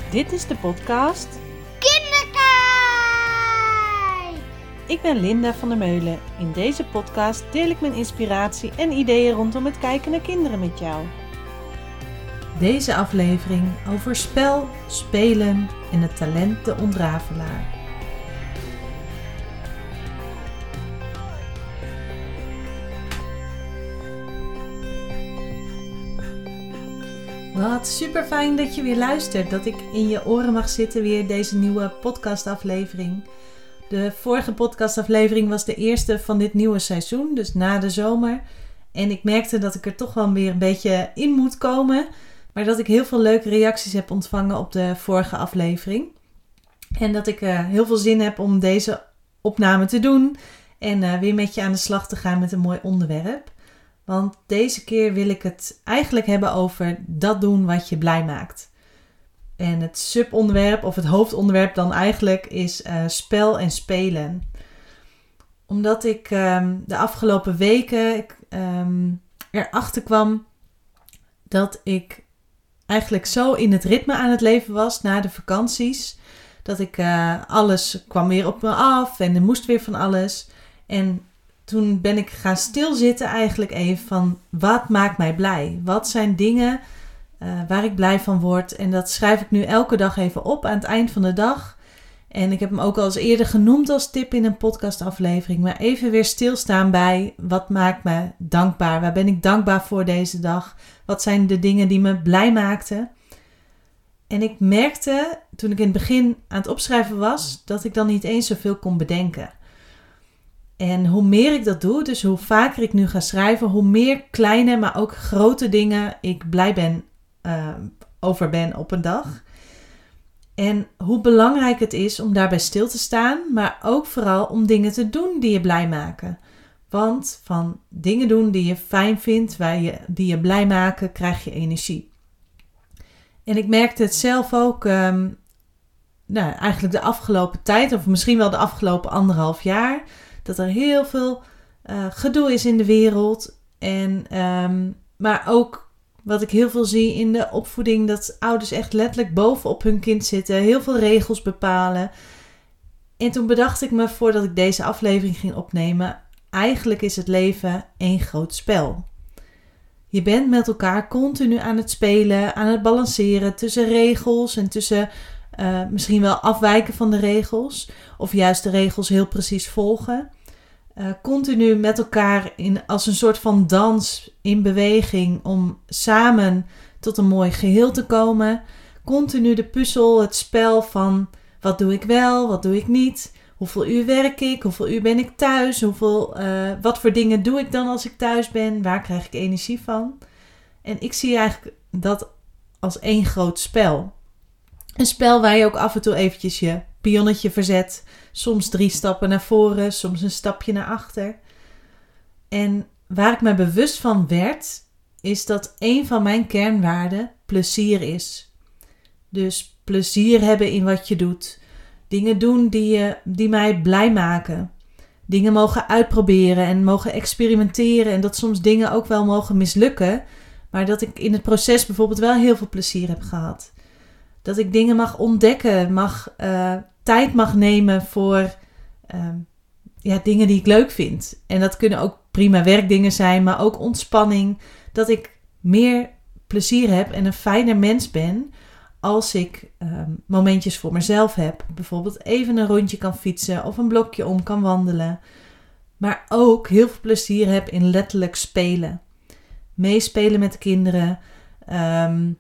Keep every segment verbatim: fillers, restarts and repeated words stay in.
Dit is de podcast Kinderkijk! Ik ben Linda van der Meulen. In deze podcast deel ik mijn inspiratie en ideeën rondom het kijken naar kinderen met jou. Deze aflevering over spel, spelen en het talent de ontrafelaar. Wat super fijn dat je weer luistert, dat ik in je oren mag zitten weer deze nieuwe podcastaflevering. De vorige podcastaflevering was de eerste van dit nieuwe seizoen, dus na de zomer. En ik merkte dat ik er toch wel weer een beetje in moet komen, maar dat ik heel veel leuke reacties heb ontvangen op de vorige aflevering. En dat ik uh, heel veel zin heb om deze opname te doen en uh, weer met je aan de slag te gaan met een mooi onderwerp. Want deze keer wil ik het eigenlijk hebben over dat doen wat je blij maakt. En het subonderwerp of het hoofdonderwerp dan eigenlijk is uh, spel en spelen. Omdat ik um, de afgelopen weken ik, um, erachter kwam dat ik eigenlijk zo in het ritme aan het leven was na de vakanties. Dat ik uh, alles kwam weer op me af en er moest weer van alles. En toen ben ik gaan stilzitten eigenlijk even van wat maakt mij blij? Wat zijn dingen uh, waar ik blij van word? En dat schrijf ik nu elke dag even op aan het eind van de dag. En ik heb hem ook al eens eerder genoemd als tip in een podcastaflevering. Maar even weer stilstaan bij wat maakt me dankbaar? Waar ben ik dankbaar voor deze dag? Wat zijn de dingen die me blij maakten? En ik merkte toen ik in het begin aan het opschrijven was dat ik dan niet eens zoveel kon bedenken. En hoe meer ik dat doe, dus hoe vaker ik nu ga schrijven, hoe meer kleine, maar ook grote dingen ik blij ben, uh, over ben op een dag. En hoe belangrijk het is om daarbij stil te staan, maar ook vooral om dingen te doen die je blij maken. Want van dingen doen die je fijn vindt, waar je, die je blij maken, krijg je energie. En ik merkte het zelf ook, um, nou, eigenlijk de afgelopen tijd, of misschien wel de afgelopen anderhalf jaar, dat er heel veel uh, gedoe is in de wereld. En, um, maar ook wat ik heel veel zie in de opvoeding. Dat ouders echt letterlijk bovenop hun kind zitten. Heel veel regels bepalen. En toen bedacht ik me voordat ik deze aflevering ging opnemen. Eigenlijk is het leven één groot spel. Je bent met elkaar continu aan het spelen. Aan het balanceren tussen regels en tussen uh, misschien wel afwijken van de regels. Of juist de regels heel precies volgen. Uh, continu met elkaar in, als een soort van dans in beweging om samen tot een mooi geheel te komen. Continu de puzzel, het spel van wat doe ik wel, wat doe ik niet. Hoeveel uur werk ik, hoeveel uur ben ik thuis. Hoeveel, uh, wat voor dingen doe ik dan als ik thuis ben. Waar krijg ik energie van. En ik zie eigenlijk dat als één groot spel. Een spel waar je ook af en toe eventjes je pionnetje verzet. Soms drie stappen naar voren, soms een stapje naar achter. En waar ik me bewust van werd, is dat een van mijn kernwaarden plezier is. Dus plezier hebben in wat je doet. Dingen doen die, je, die mij blij maken. Dingen mogen uitproberen en mogen experimenteren. En dat soms dingen ook wel mogen mislukken. Maar dat ik in het proces bijvoorbeeld wel heel veel plezier heb gehad. Dat ik dingen mag ontdekken, mag, uh, tijd mag nemen voor uh, ja, dingen die ik leuk vind. En dat kunnen ook prima werkdingen zijn, maar ook ontspanning. Dat ik meer plezier heb en een fijner mens ben als ik uh, momentjes voor mezelf heb. Bijvoorbeeld even een rondje kan fietsen of een blokje om kan wandelen. Maar ook heel veel plezier heb in letterlijk spelen. Meespelen met de kinderen. Um,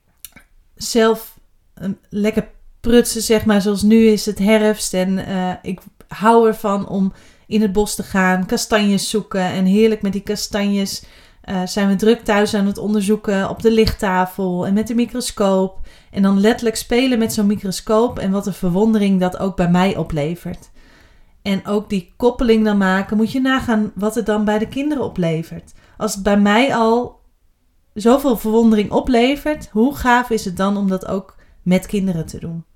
zelf Um, lekker prutsen, zeg maar, zoals nu is het herfst. En uh, ik hou ervan om in het bos te gaan, kastanjes zoeken. En heerlijk met die kastanjes uh, zijn we druk thuis aan het onderzoeken op de lichttafel en met de microscoop. En dan letterlijk spelen met zo'n microscoop en wat een verwondering dat ook bij mij oplevert. En ook die koppeling dan maken, moet je nagaan wat het dan bij de kinderen oplevert. Als het bij mij al zoveel verwondering oplevert, hoe gaaf is het dan om dat ook met kinderen te doen.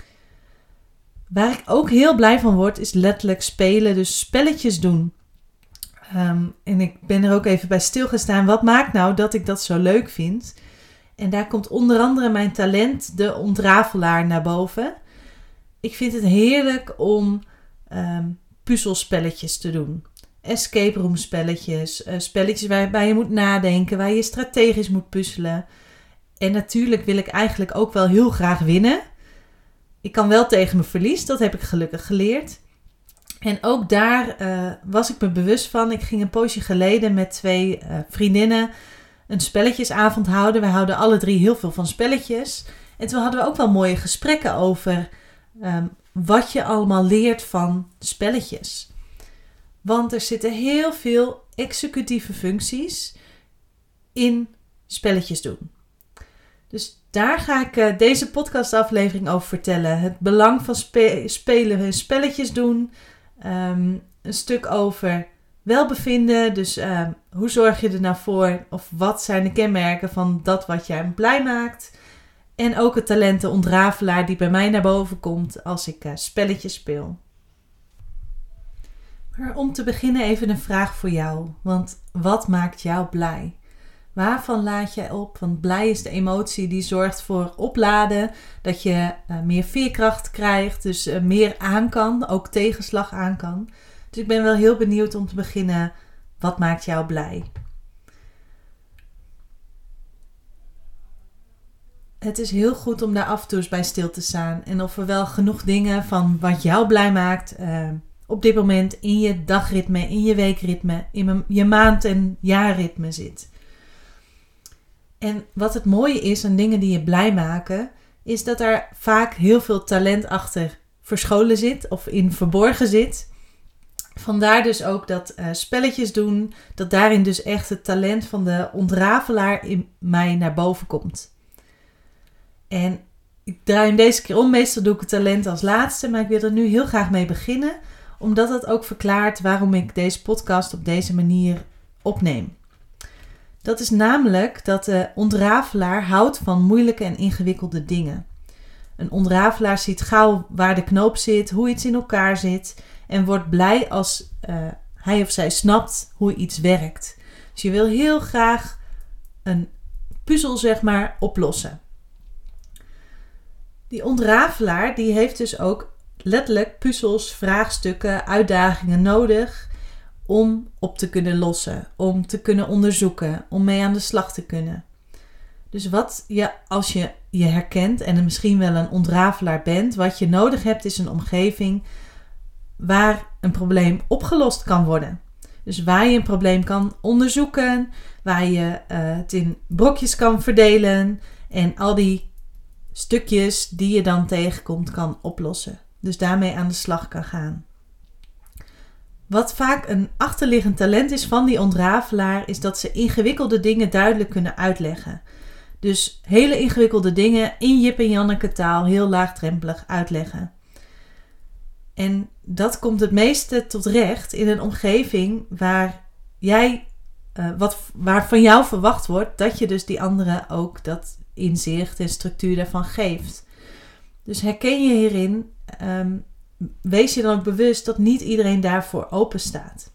Waar ik ook heel blij van word, is letterlijk spelen, dus spelletjes doen. Um, en ik ben er ook even bij stilgestaan. Wat maakt nou dat ik dat zo leuk vind? En daar komt onder andere mijn talent, de ontrafelaar, naar boven. Ik vind het heerlijk om um, puzzelspelletjes te doen. Escape room spelletjes, uh, spelletjes waarbij je moet nadenken, waar je strategisch moet puzzelen. En natuurlijk wil ik eigenlijk ook wel heel graag winnen. Ik kan wel tegen mijn verlies, dat heb ik gelukkig geleerd. En ook daar uh, was ik me bewust van. Ik ging een poosje geleden met twee uh, vriendinnen een spelletjesavond houden. We houden alle drie heel veel van spelletjes. En toen hadden we ook wel mooie gesprekken over um, wat je allemaal leert van spelletjes. Want er zitten heel veel executieve functies in spelletjes doen. Dus daar ga ik uh, deze podcastaflevering over vertellen. Het belang van spe- spelen en spelletjes doen. Um, een stuk over welbevinden. Dus uh, hoe zorg je er nou voor? Of wat zijn de kenmerken van dat wat jij blij maakt? En ook het talent de ontrafelaar die bij mij naar boven komt als ik uh, spelletjes speel. Maar om te beginnen even een vraag voor jou. Want wat maakt jou blij? Waarvan laad jij op? Want blij is de emotie die zorgt voor opladen. Dat je uh, meer veerkracht krijgt. Dus uh, meer aan kan. Ook tegenslag aan kan. Dus ik ben wel heel benieuwd om te beginnen. Wat maakt jou blij? Het is heel goed om daar af en toe eens bij stil te staan. En of er wel genoeg dingen van wat jou blij maakt. Uh, op dit moment in je dagritme, in je weekritme. In je maand- en jaarritme zit. En wat het mooie is aan dingen die je blij maken, is dat er vaak heel veel talent achter verscholen zit of in verborgen zit. Vandaar dus ook dat uh, spelletjes doen, dat daarin dus echt het talent van de ontrafelaar in mij naar boven komt. En ik draai hem deze keer om, meestal doe ik het talent als laatste, maar ik wil er nu heel graag mee beginnen, omdat het ook verklaart waarom ik deze podcast op deze manier opneem. Dat is namelijk dat de ontrafelaar houdt van moeilijke en ingewikkelde dingen. Een ontrafelaar ziet gauw waar de knoop zit, hoe iets in elkaar zit en wordt blij als uh, hij of zij snapt hoe iets werkt. Dus je wil heel graag een puzzel, zeg maar, oplossen. Die ontrafelaar die heeft dus ook letterlijk puzzels, vraagstukken, uitdagingen nodig om op te kunnen lossen, om te kunnen onderzoeken, om mee aan de slag te kunnen. Dus wat je, als je je herkent en misschien wel een ontrafelaar bent, wat je nodig hebt is een omgeving waar een probleem opgelost kan worden. Dus waar je een probleem kan onderzoeken, waar je uh, het in brokjes kan verdelen en al die stukjes die je dan tegenkomt kan oplossen. Dus daarmee aan de slag kan gaan. Wat vaak een achterliggend talent is van die ontrafelaar, is dat ze ingewikkelde dingen duidelijk kunnen uitleggen. Dus hele ingewikkelde dingen in Jip en Janneke taal heel laagdrempelig uitleggen. En dat komt het meeste tot recht in een omgeving waar jij, uh, wat, waar van jou verwacht wordt dat je dus die anderen ook dat inzicht en structuur daarvan geeft. Dus herken je hierin, um, wees je dan ook bewust dat niet iedereen daarvoor open staat.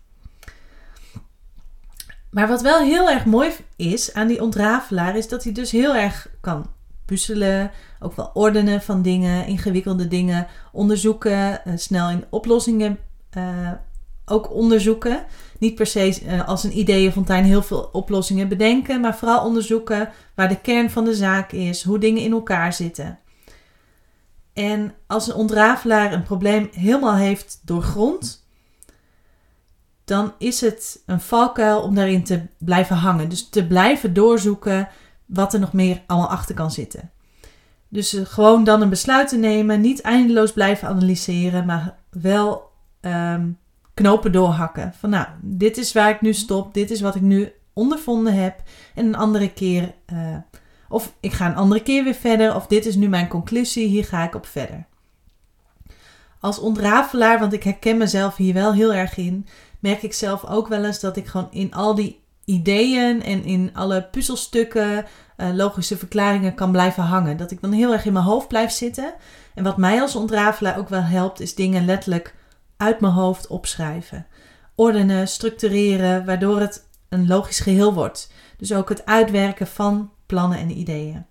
Maar wat wel heel erg mooi is aan die ontrafelaar, is dat hij dus heel erg kan puzzelen, ook wel ordenen van dingen, ingewikkelde dingen onderzoeken, uh, snel in oplossingen uh, ook onderzoeken. Niet per se uh, als een ideeënfontein heel veel oplossingen bedenken, maar vooral onderzoeken waar de kern van de zaak is, hoe dingen in elkaar zitten. En als een ontrafelaar een probleem helemaal heeft doorgrond, dan is het een valkuil om daarin te blijven hangen. Dus te blijven doorzoeken wat er nog meer allemaal achter kan zitten. Dus uh, gewoon dan een besluit te nemen, niet eindeloos blijven analyseren, maar wel um, knopen doorhakken. Van nou, dit is waar ik nu stop, dit is wat ik nu ondervonden heb. En een andere keer, uh, of ik ga een andere keer weer verder, of dit is nu mijn conclusie, hier ga ik op verder. Als ontrafelaar, want ik herken mezelf hier wel heel erg in, merk ik zelf ook wel eens dat ik gewoon in al die ideeën en in alle puzzelstukken, uh, logische verklaringen kan blijven hangen. Dat ik dan heel erg in mijn hoofd blijf zitten. En wat mij als ontrafelaar ook wel helpt, is dingen letterlijk uit mijn hoofd opschrijven. Ordenen, structureren, waardoor het een logisch geheel wordt. Dus ook het uitwerken van plannen en ideeën.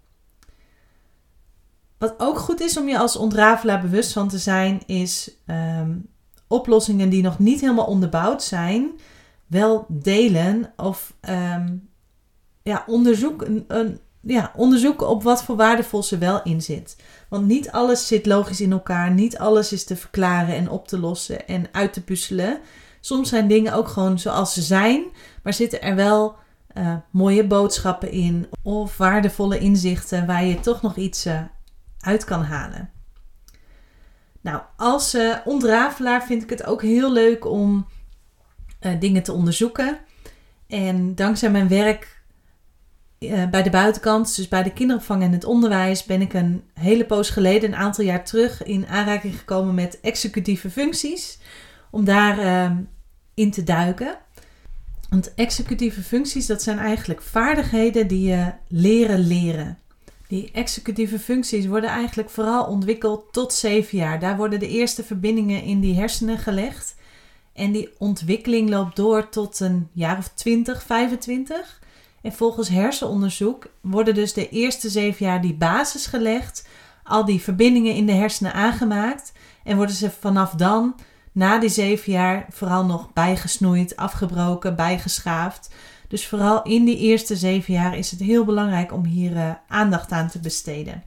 Wat ook goed is om je als ontrafelaar bewust van te zijn, is um, oplossingen die nog niet helemaal onderbouwd zijn, wel delen of um, ja, onderzoek, een, een, ja, onderzoeken op wat voor waardevol ze wel in zit. Want niet alles zit logisch in elkaar, niet alles is te verklaren en op te lossen en uit te puzzelen. Soms zijn dingen ook gewoon zoals ze zijn, maar zitten er wel uh, mooie boodschappen in of waardevolle inzichten waar je toch nog iets uh, uit kan halen. Nou, als uh, ontrafelaar vind ik het ook heel leuk om uh, dingen te onderzoeken. En dankzij mijn werk uh, bij de buitenkant, dus bij de kinderopvang en het onderwijs, ben ik een hele poos geleden, een aantal jaar terug, in aanraking gekomen met executieve functies. Om daar uh, in te duiken. Want executieve functies, dat zijn eigenlijk vaardigheden die je leren leren. Die executieve functies worden eigenlijk vooral ontwikkeld tot zeven jaar. Daar worden de eerste verbindingen in die hersenen gelegd. En die ontwikkeling loopt door tot een jaar of twintig, vijfentwintig. En volgens hersenonderzoek worden dus de eerste zeven jaar die basis gelegd. Al die verbindingen in de hersenen aangemaakt. En worden ze vanaf dan, na die zeven jaar, vooral nog bijgesnoeid, afgebroken, bijgeschaafd. Dus vooral in die eerste zeven jaar is het heel belangrijk om hier uh, aandacht aan te besteden.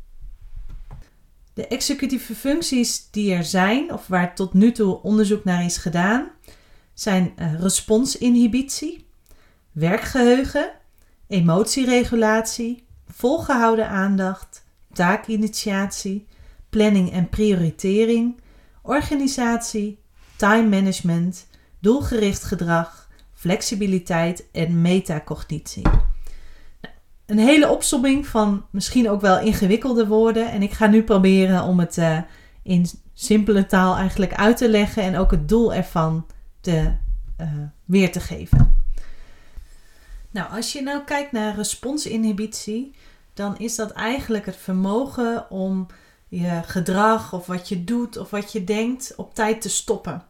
De executieve functies die er zijn, of waar tot nu toe onderzoek naar is gedaan, zijn uh, responsinhibitie, werkgeheugen, emotieregulatie, volgehouden aandacht, taakinitiatie, planning en prioritering, organisatie, time management, doelgericht gedrag, flexibiliteit en metacognitie. Nou, een hele opsomming van misschien ook wel ingewikkelde woorden. En ik ga nu proberen om het uh, in simpele taal eigenlijk uit te leggen en ook het doel ervan te, uh, weer te geven. Nou, als je nou kijkt naar responsinhibitie, dan is dat eigenlijk het vermogen om je gedrag of wat je doet of wat je denkt op tijd te stoppen.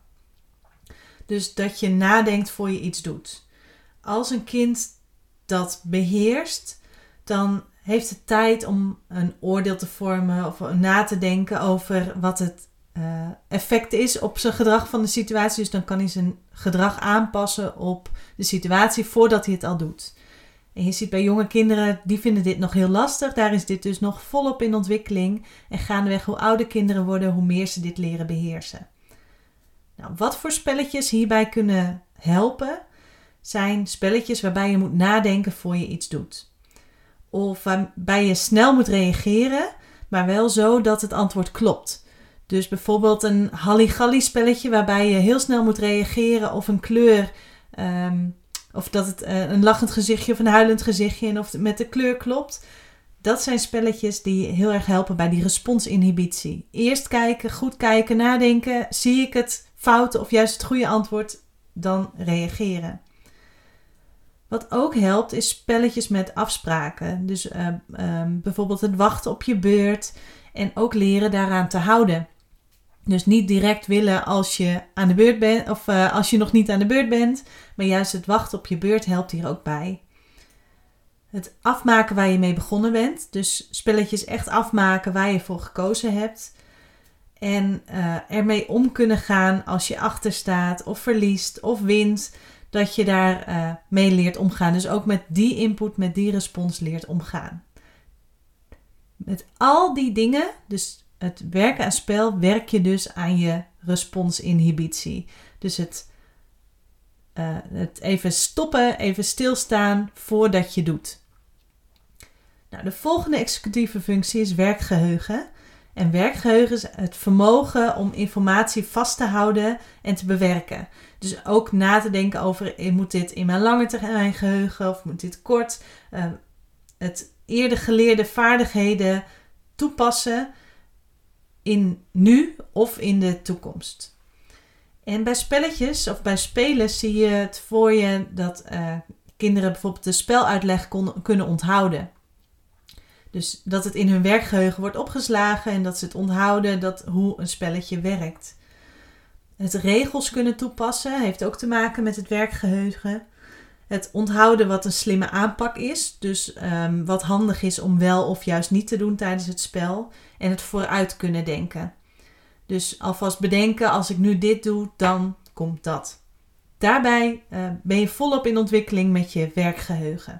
Dus dat je nadenkt voor je iets doet. Als een kind dat beheerst, dan heeft het tijd om een oordeel te vormen of na te denken over wat het uh, effect is op zijn gedrag van de situatie. Dus dan kan hij zijn gedrag aanpassen op de situatie voordat hij het al doet. En je ziet bij jonge kinderen, die vinden dit nog heel lastig. Daar is dit dus nog volop in ontwikkeling. En gaandeweg hoe ouder kinderen worden, hoe meer ze dit leren beheersen. Nou, wat voor spelletjes hierbij kunnen helpen, zijn spelletjes waarbij je moet nadenken voor je iets doet. Of waarbij je snel moet reageren, maar wel zo dat het antwoord klopt. Dus bijvoorbeeld een halligalli spelletje waarbij je heel snel moet reageren of een kleur, um, of dat het uh, een lachend gezichtje of een huilend gezichtje en of het met de kleur klopt. Dat zijn spelletjes die heel erg helpen bij die responsinhibitie. Eerst kijken, goed kijken, nadenken. Zie ik het foute of juist het goede antwoord, dan reageren. Wat ook helpt is spelletjes met afspraken. Dus uh, um, bijvoorbeeld het wachten op je beurt en ook leren daaraan te houden. Dus niet direct willen als je aan de beurt bent of uh, als je nog niet aan de beurt bent, maar juist het wachten op je beurt helpt hier ook bij. Het afmaken waar je mee begonnen bent. Dus spelletjes echt afmaken waar je voor gekozen hebt. En uh, ermee om kunnen gaan als je achter staat of verliest of wint. Dat je daar uh, mee leert omgaan. Dus ook met die input, met die respons leert omgaan. Met al die dingen, dus het werken aan spel, werk je dus aan je responsinhibitie. Dus het, uh, het even stoppen, even stilstaan voordat je doet. Nou, de volgende executieve functie is werkgeheugen. En werkgeheugen is het vermogen om informatie vast te houden en te bewerken. Dus ook na te denken over, moet dit in mijn lange termijn geheugen of moet dit kort? Uh, het eerder geleerde vaardigheden toepassen in nu of in de toekomst. En bij spelletjes of bij spelen zie je het voor je dat uh, kinderen bijvoorbeeld de speluitleg kon, kunnen onthouden. Dus dat het in hun werkgeheugen wordt opgeslagen en dat ze het onthouden dat hoe een spelletje werkt. Het regels kunnen toepassen heeft ook te maken met het werkgeheugen. Het onthouden wat een slimme aanpak is. Dus um, wat handig is om wel of juist niet te doen tijdens het spel. En het vooruit kunnen denken. Dus alvast bedenken, als ik nu dit doe, dan komt dat. Daarbij uh, ben je volop in ontwikkeling met je werkgeheugen.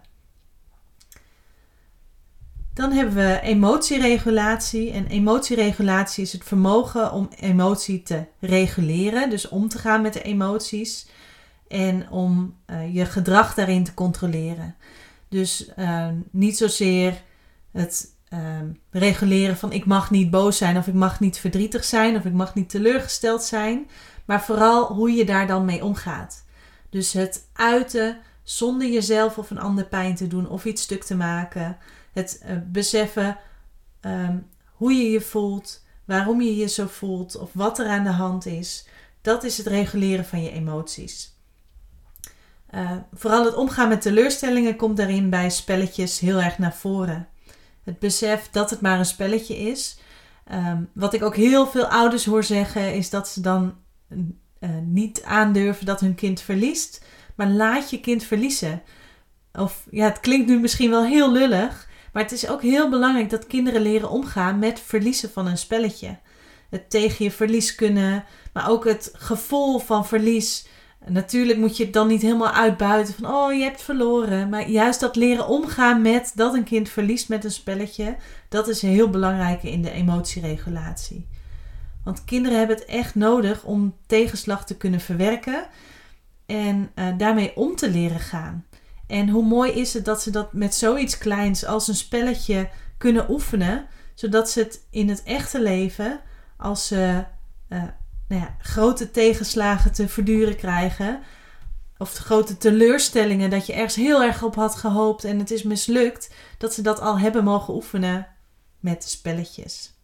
Dan hebben we emotieregulatie. En emotieregulatie is het vermogen om emotie te reguleren. Dus om te gaan met de emoties. En om uh, je gedrag daarin te controleren. Dus uh, niet zozeer het uh, reguleren van ik mag niet boos zijn. Of ik mag niet verdrietig zijn. Of ik mag niet teleurgesteld zijn. Maar vooral hoe je daar dan mee omgaat. Dus het uiten zonder jezelf of een ander pijn te doen. Of iets stuk te maken. Het uh, beseffen um, hoe je je voelt, waarom je je zo voelt of wat er aan de hand is. Dat is het reguleren van je emoties. Uh, vooral het omgaan met teleurstellingen komt daarin bij spelletjes heel erg naar voren. Het besef dat het maar een spelletje is. Um, wat ik ook heel veel ouders hoor zeggen is dat ze dan uh, niet aandurven dat hun kind verliest. Maar laat je kind verliezen. Of ja, het klinkt nu misschien wel heel lullig. Maar het is ook heel belangrijk dat kinderen leren omgaan met verliezen van een spelletje. Het tegen je verlies kunnen, maar ook het gevoel van verlies. Natuurlijk moet je het dan niet helemaal uitbuiten van oh je hebt verloren. Maar juist dat leren omgaan met dat een kind verliest met een spelletje. Dat is heel belangrijk in de emotieregulatie. Want kinderen hebben het echt nodig om tegenslag te kunnen verwerken. En uh, daarmee om te leren gaan. En hoe mooi is het dat ze dat met zoiets kleins als een spelletje kunnen oefenen. Zodat ze het in het echte leven, als ze uh, nou ja, grote tegenslagen te verduren krijgen. Of grote teleurstellingen, dat je ergens heel erg op had gehoopt en het is mislukt. Dat ze dat al hebben mogen oefenen met spelletjes.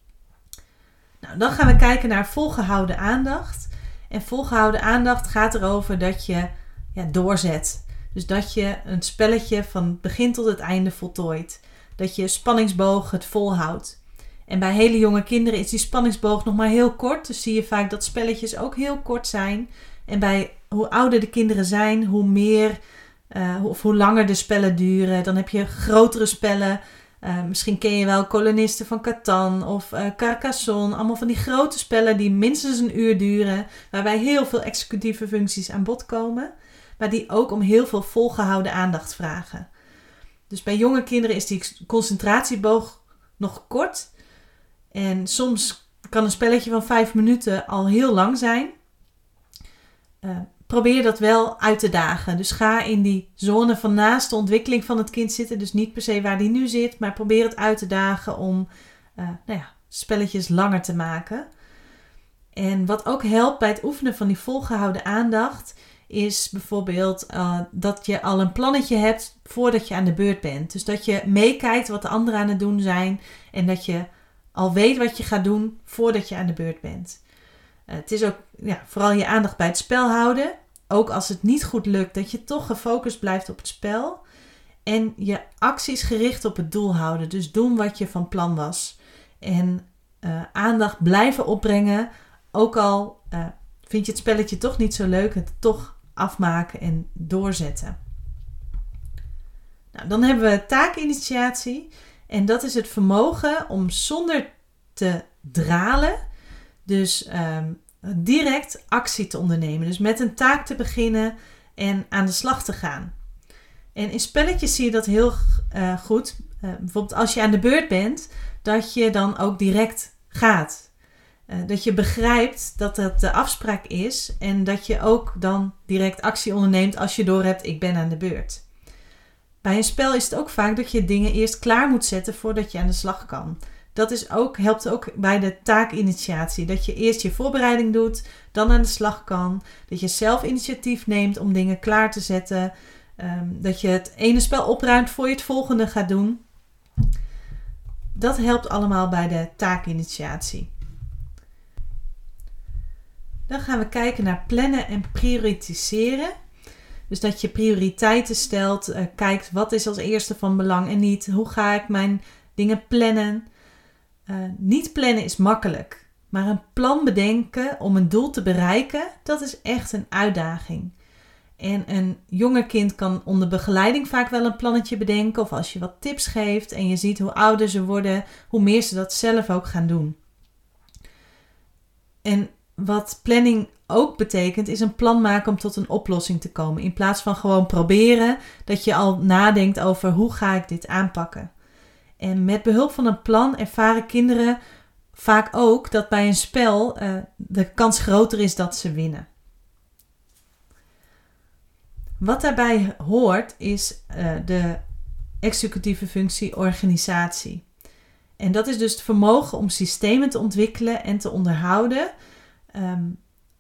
Nou, dan gaan we kijken naar volgehouden aandacht. En volgehouden aandacht gaat erover dat je ja, doorzet. Dus dat je een spelletje van het begin tot het einde voltooit. Dat je spanningsboog het volhoudt. En bij hele jonge kinderen is die spanningsboog nog maar heel kort. Dus zie je vaak dat spelletjes ook heel kort zijn. En bij hoe ouder de kinderen zijn, hoe meer uh, of hoe langer de spellen duren. Dan heb je grotere spellen. Uh, misschien ken je wel kolonisten van Catan of uh, Carcassonne. Allemaal van die grote spellen die minstens een uur duren. Waarbij heel veel executieve functies aan bod komen. Maar die ook om heel veel volgehouden aandacht vragen. Dus bij jonge kinderen is die concentratieboog nog kort. En soms kan een spelletje van vijf minuten al heel lang zijn. Uh, probeer dat wel uit te dagen. Dus ga in die zone van naast de ontwikkeling van het kind zitten. Dus niet per se waar die nu zit. Maar probeer het uit te dagen om uh, nou ja, spelletjes langer te maken. En wat ook helpt bij het oefenen van die volgehouden aandacht is bijvoorbeeld uh, dat je al een plannetje hebt voordat je aan de beurt bent. Dus dat je meekijkt wat de anderen aan het doen zijn. En dat je al weet wat je gaat doen voordat je aan de beurt bent. Uh, het is ook ja, vooral je aandacht bij het spel houden. Ook als het niet goed lukt, dat je toch gefocust blijft op het spel. En je acties gericht op het doel houden. Dus doen wat je van plan was. En uh, aandacht blijven opbrengen. Ook al uh, vind je het spelletje toch niet zo leuk, het toch afmaken en doorzetten. Nou, dan hebben we taakinitiatie. En dat is het vermogen om zonder te dralen, dus um, direct actie te ondernemen. Dus met een taak te beginnen en aan de slag te gaan. En in spelletjes zie je dat heel uh, goed. Uh, bijvoorbeeld als je aan de beurt bent, dat je dan ook direct gaat. Uh, dat je begrijpt dat dat de afspraak is en dat je ook dan direct actie onderneemt als je doorhebt, ik ben aan de beurt. Bij een spel is het ook vaak dat je dingen eerst klaar moet zetten voordat je aan de slag kan. Dat is ook, helpt ook bij de taakinitiatie. Dat je eerst je voorbereiding doet, dan aan de slag kan. Dat je zelf initiatief neemt om dingen klaar te zetten. Um, dat je het ene spel opruimt voor je het volgende gaat doen. Dat helpt allemaal bij de taakinitiatie. Dan gaan we kijken naar plannen en prioritiseren. Dus dat je prioriteiten stelt, uh, kijkt wat is als eerste van belang en niet. Hoe ga ik mijn dingen plannen? Uh, niet plannen is makkelijk. Maar een plan bedenken om een doel te bereiken, dat is echt een uitdaging. En een jonger kind kan onder begeleiding vaak wel een plannetje bedenken. Of als je wat tips geeft en je ziet hoe ouder ze worden, hoe meer ze dat zelf ook gaan doen. En wat planning ook betekent, is een plan maken om tot een oplossing te komen. In plaats van gewoon proberen, dat je al nadenkt over hoe ga ik dit aanpakken. En met behulp van een plan ervaren kinderen vaak ook dat bij een spel uh, de kans groter is dat ze winnen. Wat daarbij hoort is uh, de executieve functie organisatie. En dat is dus het vermogen om systemen te ontwikkelen en te onderhouden. Um,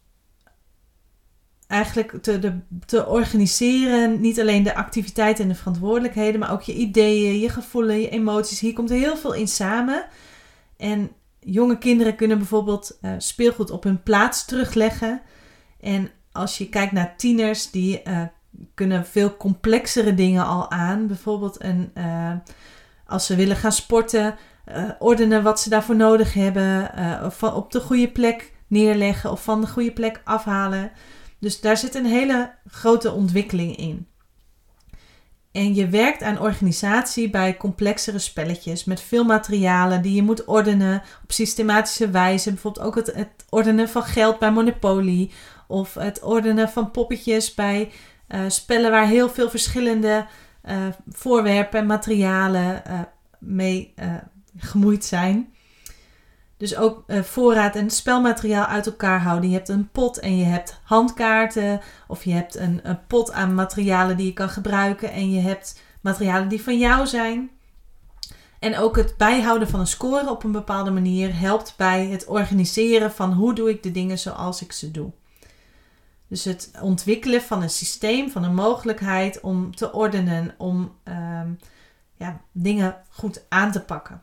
eigenlijk te, de, te organiseren, niet alleen de activiteiten en de verantwoordelijkheden, maar ook je ideeën, je gevoelens, je emoties. Hier komt er heel veel in samen. En jonge kinderen kunnen bijvoorbeeld uh, speelgoed op hun plaats terugleggen. En als je kijkt naar tieners, die uh, kunnen veel complexere dingen al aan. Bijvoorbeeld een, uh, als ze willen gaan sporten, uh, ordenen wat ze daarvoor nodig hebben. Uh, of op de goede plek neerleggen of van de goede plek afhalen. Dus daar zit een hele grote ontwikkeling in. En je werkt aan organisatie bij complexere spelletjes met veel materialen die je moet ordenen op systematische wijze. Bijvoorbeeld ook het, het ordenen van geld bij Monopoly of het ordenen van poppetjes bij uh, spellen waar heel veel verschillende uh, voorwerpen en materialen uh, mee uh, gemoeid zijn. Dus ook uh, voorraad en spelmateriaal uit elkaar houden. Je hebt een pot en je hebt handkaarten. Of je hebt een, een pot aan materialen die je kan gebruiken. En je hebt materialen die van jou zijn. En ook het bijhouden van een score op een bepaalde manier helpt bij het organiseren van hoe doe ik de dingen zoals ik ze doe. Dus het ontwikkelen van een systeem, van een mogelijkheid om te ordenen, om um, ja, dingen goed aan te pakken.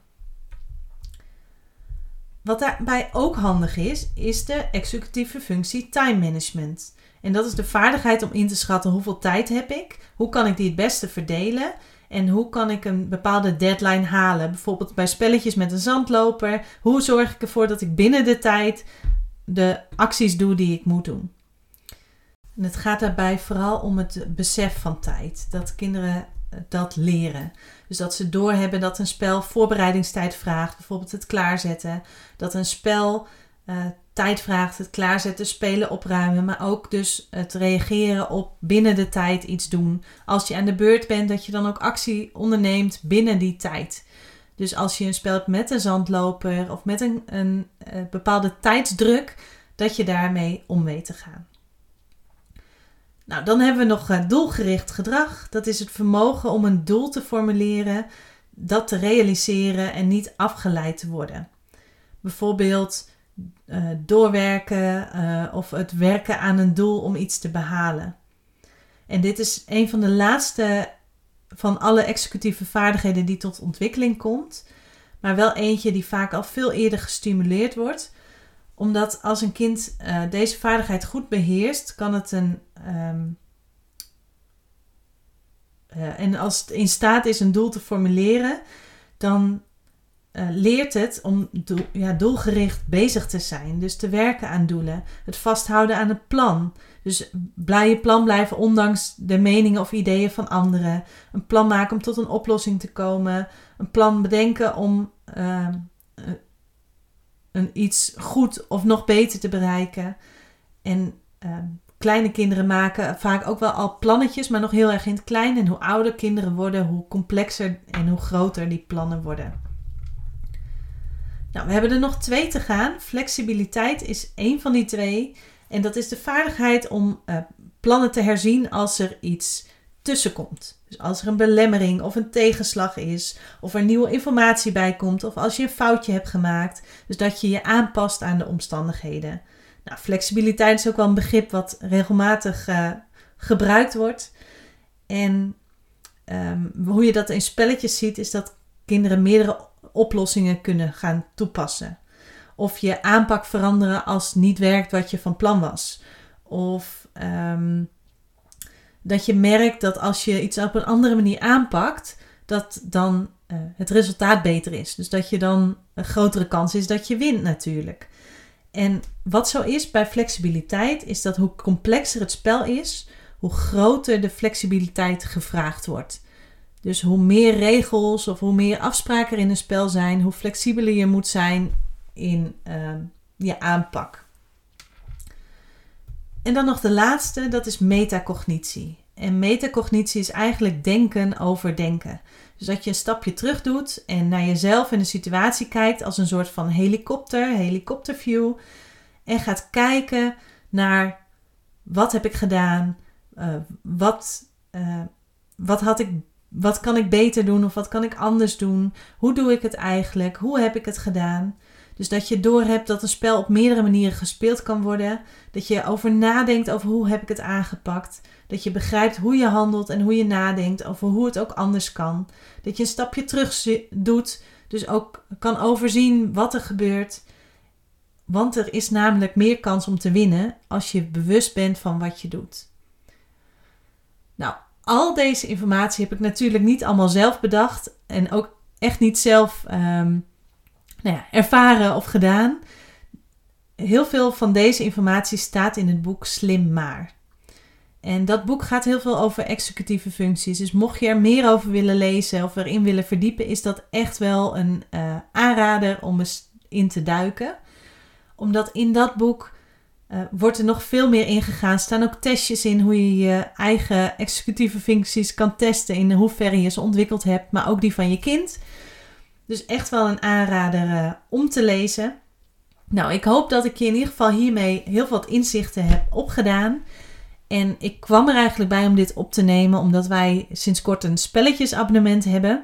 Wat daarbij ook handig is, is de executieve functie time management. En dat is de vaardigheid om in te schatten hoeveel tijd heb ik, hoe kan ik die het beste verdelen en hoe kan ik een bepaalde deadline halen. Bijvoorbeeld bij spelletjes met een zandloper, hoe zorg ik ervoor dat ik binnen de tijd de acties doe die ik moet doen. En het gaat daarbij vooral om het besef van tijd, dat kinderen dat leren. Dus dat ze doorhebben dat een spel voorbereidingstijd vraagt, bijvoorbeeld het klaarzetten. Dat een spel uh, tijd vraagt, het klaarzetten, spelen, opruimen. Maar ook dus het reageren op binnen de tijd iets doen. Als je aan de beurt bent, dat je dan ook actie onderneemt binnen die tijd. Dus als je een spel hebt met een zandloper of met een, een uh, bepaalde tijdsdruk, dat je daarmee om weet te gaan. Nou, dan hebben we nog uh, doelgericht gedrag. Dat is het vermogen om een doel te formuleren, dat te realiseren en niet afgeleid te worden. Bijvoorbeeld uh, doorwerken uh, of het werken aan een doel om iets te behalen. En dit is een van de laatste van alle executieve vaardigheden die tot ontwikkeling komt. Maar wel eentje die vaak al veel eerder gestimuleerd wordt. Omdat als een kind uh, deze vaardigheid goed beheerst, kan het een... Um, uh, en als het in staat is een doel te formuleren, dan uh, leert het om doel, ja, doelgericht bezig te zijn. Dus te werken aan doelen. Het vasthouden aan het plan. Dus bij je plan blijven ondanks de meningen of ideeën van anderen. Een plan maken om tot een oplossing te komen. Een plan bedenken om... Uh, uh, een iets goed of nog beter te bereiken. En uh, kleine kinderen maken vaak ook wel al plannetjes, maar nog heel erg in het klein. En hoe ouder kinderen worden, hoe complexer en hoe groter die plannen worden. Nou, we hebben er nog twee te gaan. Flexibiliteit is één van die twee. En dat is de vaardigheid om uh, plannen te herzien als er iets tussenkomt. Dus als er een belemmering of een tegenslag is, of er nieuwe informatie bij komt, of als je een foutje hebt gemaakt. Dus dat je je aanpast aan de omstandigheden. Nou, flexibiliteit is ook wel een begrip wat regelmatig uh, gebruikt wordt. En um, hoe je dat in spelletjes ziet, is dat kinderen meerdere oplossingen kunnen gaan toepassen. Of je aanpak veranderen als het niet werkt wat je van plan was. Of... Um, Dat je merkt dat als je iets op een andere manier aanpakt, dat dan uh, het resultaat beter is. Dus dat je dan een grotere kans is dat je wint natuurlijk. En wat zo is bij flexibiliteit, is dat hoe complexer het spel is, hoe groter de flexibiliteit gevraagd wordt. Dus hoe meer regels of hoe meer afspraken er in een spel zijn, hoe flexibeler je moet zijn in uh, je aanpak. En dan nog de laatste, dat is metacognitie. En metacognitie is eigenlijk denken over denken. Dus dat je een stapje terug doet en naar jezelf en de situatie kijkt als een soort van helikopter, helikopterview. En gaat kijken naar wat heb ik gedaan, uh, wat, uh, wat, had ik, wat kan ik beter doen of wat kan ik anders doen. Hoe doe ik het eigenlijk, hoe heb ik het gedaan. Dus dat je doorhebt dat een spel op meerdere manieren gespeeld kan worden. Dat je over nadenkt over hoe heb ik het aangepakt. Dat je begrijpt hoe je handelt en hoe je nadenkt over hoe het ook anders kan. Dat je een stapje terug doet, dus ook kan overzien wat er gebeurt. Want er is namelijk meer kans om te winnen als je bewust bent van wat je doet. Nou, al deze informatie heb ik natuurlijk niet allemaal zelf bedacht. En ook echt niet zelf um, nou ja, ervaren of gedaan. Heel veel van deze informatie staat in het boek Slim Maar. En dat boek gaat heel veel over executieve functies. Dus mocht je er meer over willen lezen of erin willen verdiepen, is dat echt wel een uh, aanrader om eens in te duiken. Omdat in dat boek uh, wordt er nog veel meer ingegaan. Er staan ook testjes in hoe je je eigen executieve functies kan testen. In hoeverre je ze ontwikkeld hebt, maar ook die van je kind. Dus echt wel een aanrader uh, om te lezen. Nou, ik hoop dat ik je in ieder geval hiermee heel veel inzichten heb opgedaan. En ik kwam er eigenlijk bij om dit op te nemen, omdat wij sinds kort een spelletjesabonnement hebben.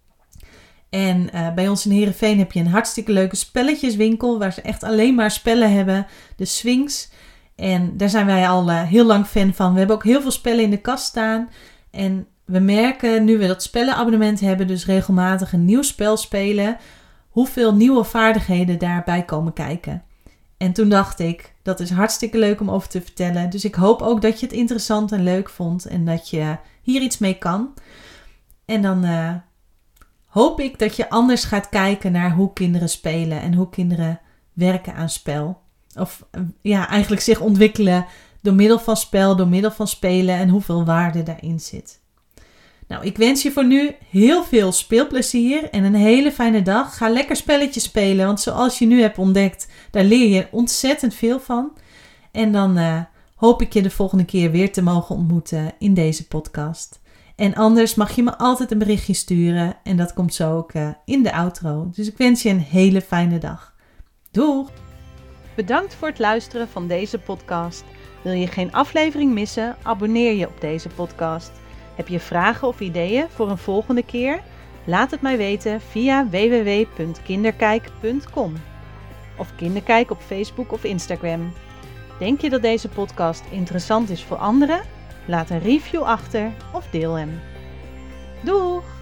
En uh, bij ons in Heerenveen heb je een hartstikke leuke spelletjeswinkel, waar ze echt alleen maar spellen hebben. De Sphinx. En daar zijn wij al uh, heel lang fan van. We hebben ook heel veel spellen in de kast staan. En we merken, nu we dat spellenabonnement hebben, dus regelmatig een nieuw spel spelen, hoeveel nieuwe vaardigheden daarbij komen kijken. En toen dacht ik, dat is hartstikke leuk om over te vertellen. Dus ik hoop ook dat je het interessant en leuk vond en dat je hier iets mee kan. En dan uh, hoop ik dat je anders gaat kijken naar hoe kinderen spelen en hoe kinderen werken aan spel. Of uh, ja, eigenlijk zich ontwikkelen door middel van spel, door middel van spelen en hoeveel waarde daarin zit. Nou, ik wens je voor nu heel veel speelplezier en een hele fijne dag. Ga lekker spelletjes spelen, want zoals je nu hebt ontdekt, daar leer je ontzettend veel van. En dan uh, hoop ik je de volgende keer weer te mogen ontmoeten in deze podcast. En anders mag je me altijd een berichtje sturen en dat komt zo ook uh, in de outro. Dus ik wens je een hele fijne dag. Doeg! Bedankt voor het luisteren van deze podcast. Wil je geen aflevering missen? Abonneer je op deze podcast. Heb je vragen of ideeën voor een volgende keer? Laat het mij weten via w w w punt kinderkijk punt com of Kinderkijk op Facebook of Instagram. Denk je dat deze podcast interessant is voor anderen? Laat een review achter of deel hem. Doeg!